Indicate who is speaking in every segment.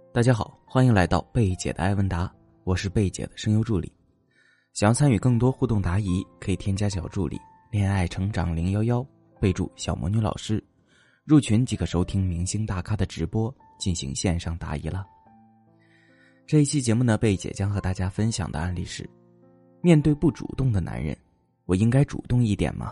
Speaker 1: 大家好，欢迎来到贝姐的爱问答，我是贝姐的声优助理。想要参与更多互动答疑，可以添加小助理恋爱成长011，备注小魔女老师，入群即可收听明星大咖的直播，进行线上答疑了。这一期节目呢，贝姐将和大家分享的案例是：面对不主动的男人，我应该主动一点吗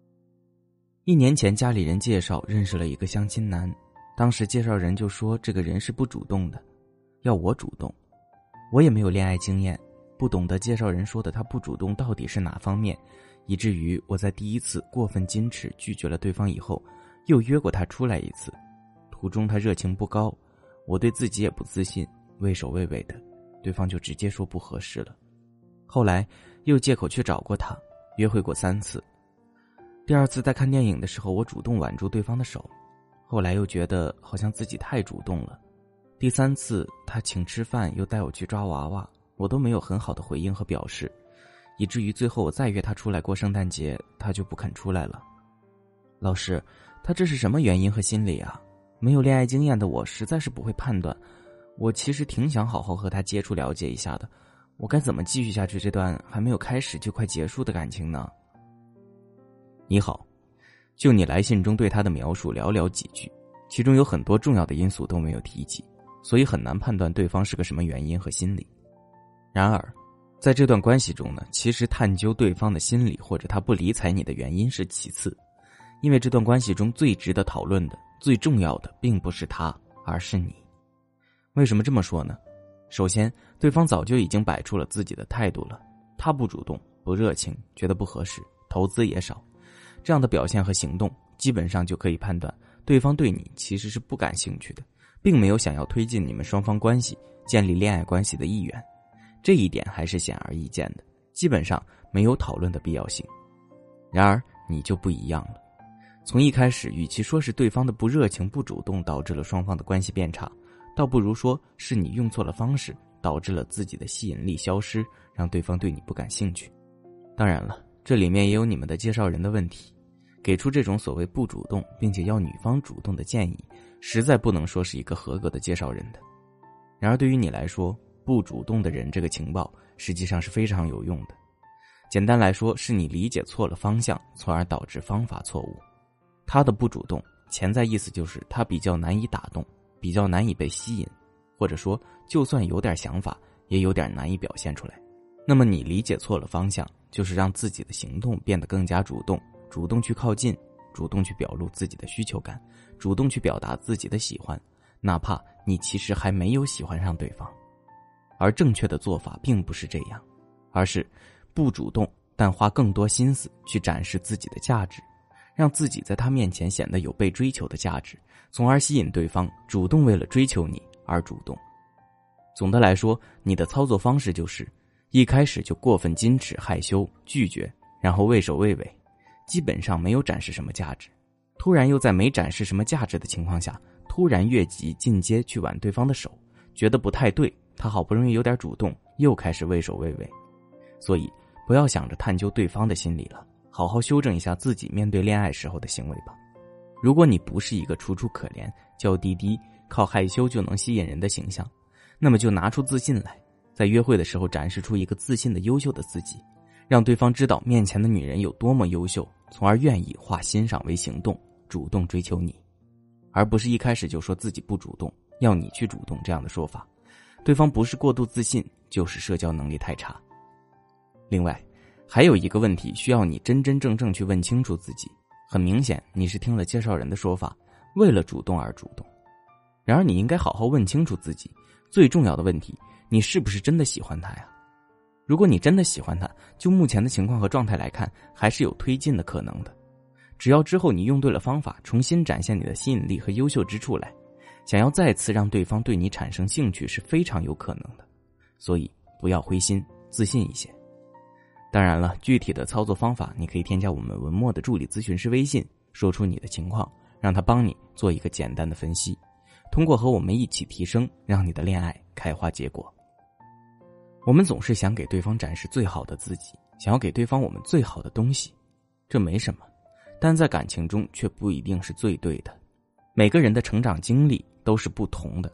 Speaker 1: ？1年前家里人介绍认识了一个相亲男，当时介绍人就说这个人是不主动的，要我主动。我也没有恋爱经验，不懂得介绍人说的他不主动到底是哪方面，以至于我在第一次过分矜持拒绝了对方以后，又约过他出来一次。途中他热情不高，我对自己也不自信，畏首畏尾的，对方就直接说不合适了。后来又借口去找过他，约会过3次。第2次在看电影的时候，我主动挽住对方的手，后来又觉得好像自己太主动了。第3次他请吃饭又带我去抓娃娃，我都没有很好的回应和表示，以至于最后我再约他出来过圣诞节，他就不肯出来了。老师，他这是什么原因和心理啊？没有恋爱经验的我实在是不会判断，我其实挺想好好和他接触了解一下的，我该怎么继续下去这段还没有开始就快结束的感情呢？你好，就你来信中对他的描述寥寥几句，其中有很多重要的因素都没有提及，所以很难判断对方是个什么原因和心理。然而在这段关系中呢，其实探究对方的心理或者他不理睬你的原因是其次，因为这段关系中最值得讨论的最重要的并不是他，而是你。为什么这么说呢？首先，对方早就已经摆出了自己的态度了，他不主动不热情，觉得不合适，投资也少，这样的表现和行动基本上就可以判断对方对你其实是不感兴趣的，并没有想要推进你们双方关系建立恋爱关系的意愿，这一点还是显而易见的，基本上没有讨论的必要性。然而你就不一样了，从一开始与其说是对方的不热情不主动导致了双方的关系变差，倒不如说是你用错了方式导致了自己的吸引力消失，让对方对你不感兴趣。当然了，这里面也有你们的介绍人的问题，给出这种所谓不主动并且要女方主动的建议，实在不能说是一个合格的介绍人的。然而对于你来说，不主动的人这个情报实际上是非常有用的。简单来说，是你理解错了方向，从而导致方法错误。他的不主动潜在意思就是他比较难以打动，比较难以被吸引，或者说就算有点想法也有点难以表现出来。那么你理解错了方向，就是让自己的行动变得更加主动，主动去靠近，主动去表露自己的需求感，主动去表达自己的喜欢，哪怕你其实还没有喜欢上对方。而正确的做法并不是这样，而是不主动但花更多心思去展示自己的价值，让自己在他面前显得有被追求的价值，从而吸引对方主动为了追求你而主动。总的来说，你的操作方式就是一开始就过分矜持害羞拒绝，然后畏首畏尾，基本上没有展示什么价值，突然又在没展示什么价值的情况下突然越级进阶去挽对方的手，觉得不太对，他好不容易有点主动，又开始畏首畏尾。所以不要想着探究对方的心理了，好好修正一下自己面对恋爱时候的行为吧。如果你不是一个楚楚可怜娇滴滴靠害羞就能吸引人的形象，那么就拿出自信来，在约会的时候展示出一个自信的优秀的自己，让对方知道面前的女人有多么优秀，从而愿意化欣赏为行动，主动追求你，而不是一开始就说自己不主动，要你去主动这样的说法。对方不是过度自信，就是社交能力太差。另外，还有一个问题需要你真真正正去问清楚自己。很明显，你是听了介绍人的说法，为了主动而主动。然而你应该好好问清楚自己，最重要的问题，你是不是真的喜欢他呀？如果你真的喜欢他，就目前的情况和状态来看，还是有推进的可能的。只要之后你用对了方法，重新展现你的吸引力和优秀之处来，想要再次让对方对你产生兴趣是非常有可能的。所以不要灰心，自信一些。当然了，具体的操作方法你可以添加我们文末的助理咨询师微信，说出你的情况，让他帮你做一个简单的分析，通过和我们一起提升，让你的恋爱开花结果。我们总是想给对方展示最好的自己，想要给对方我们最好的东西，这没什么，但在感情中却不一定是最对的。每个人的成长经历都是不同的，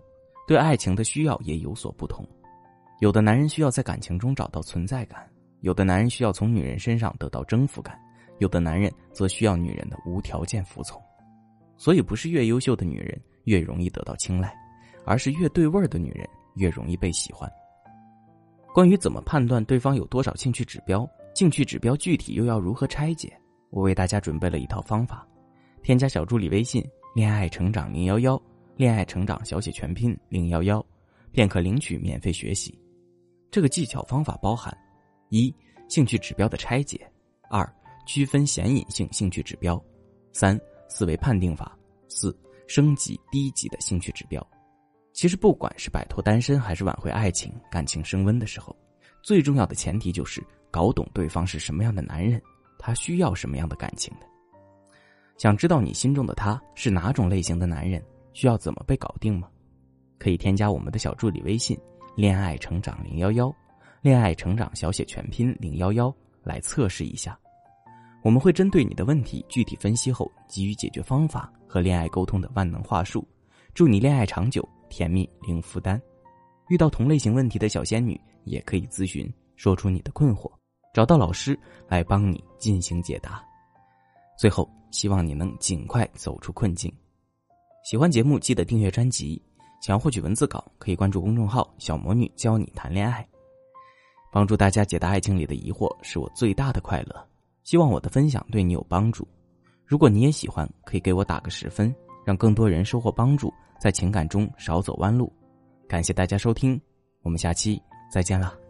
Speaker 1: 对爱情的需要也有所不同。有的男人需要在感情中找到存在感，有的男人需要从女人身上得到征服感，有的男人则需要女人的无条件服从。所以不是越优秀的女人越容易得到青睐，而是越对味儿的女人越容易被喜欢。关于怎么判断对方有多少兴趣指标，兴趣指标具体又要如何拆解，我为大家准备了一套方法。添加小助理微信恋爱成长011，恋爱成长小写全拼011，便可领取免费学习。这个技巧方法包含：一、兴趣指标的拆解；二、区分显隐性兴趣指标；三、思维判定法；四、升级低级的兴趣指标。其实不管是摆脱单身还是挽回爱情，感情升温的时候，最重要的前提就是搞懂对方是什么样的男人，他需要什么样的感情的。想知道你心中的他是哪种类型的男人，需要怎么被搞定吗？可以添加我们的小助理微信恋爱成长011，恋爱成长小写全拼011来测试一下。我们会针对你的问题具体分析后给予解决方法和恋爱沟通的万能话术，祝你恋爱长久，甜蜜零负担。遇到同类型问题的小仙女也可以咨询，说出你的困惑，找到老师来帮你进行解答。最后希望你能尽快走出困境。喜欢节目记得订阅专辑，想要获取文字稿可以关注公众号小魔女教你谈恋爱。帮助大家解答爱情里的疑惑是我最大的快乐，希望我的分享对你有帮助。如果你也喜欢，可以给我打个10分，让更多人收获帮助，在情感中少走弯路。感谢大家收听，我们下期再见了。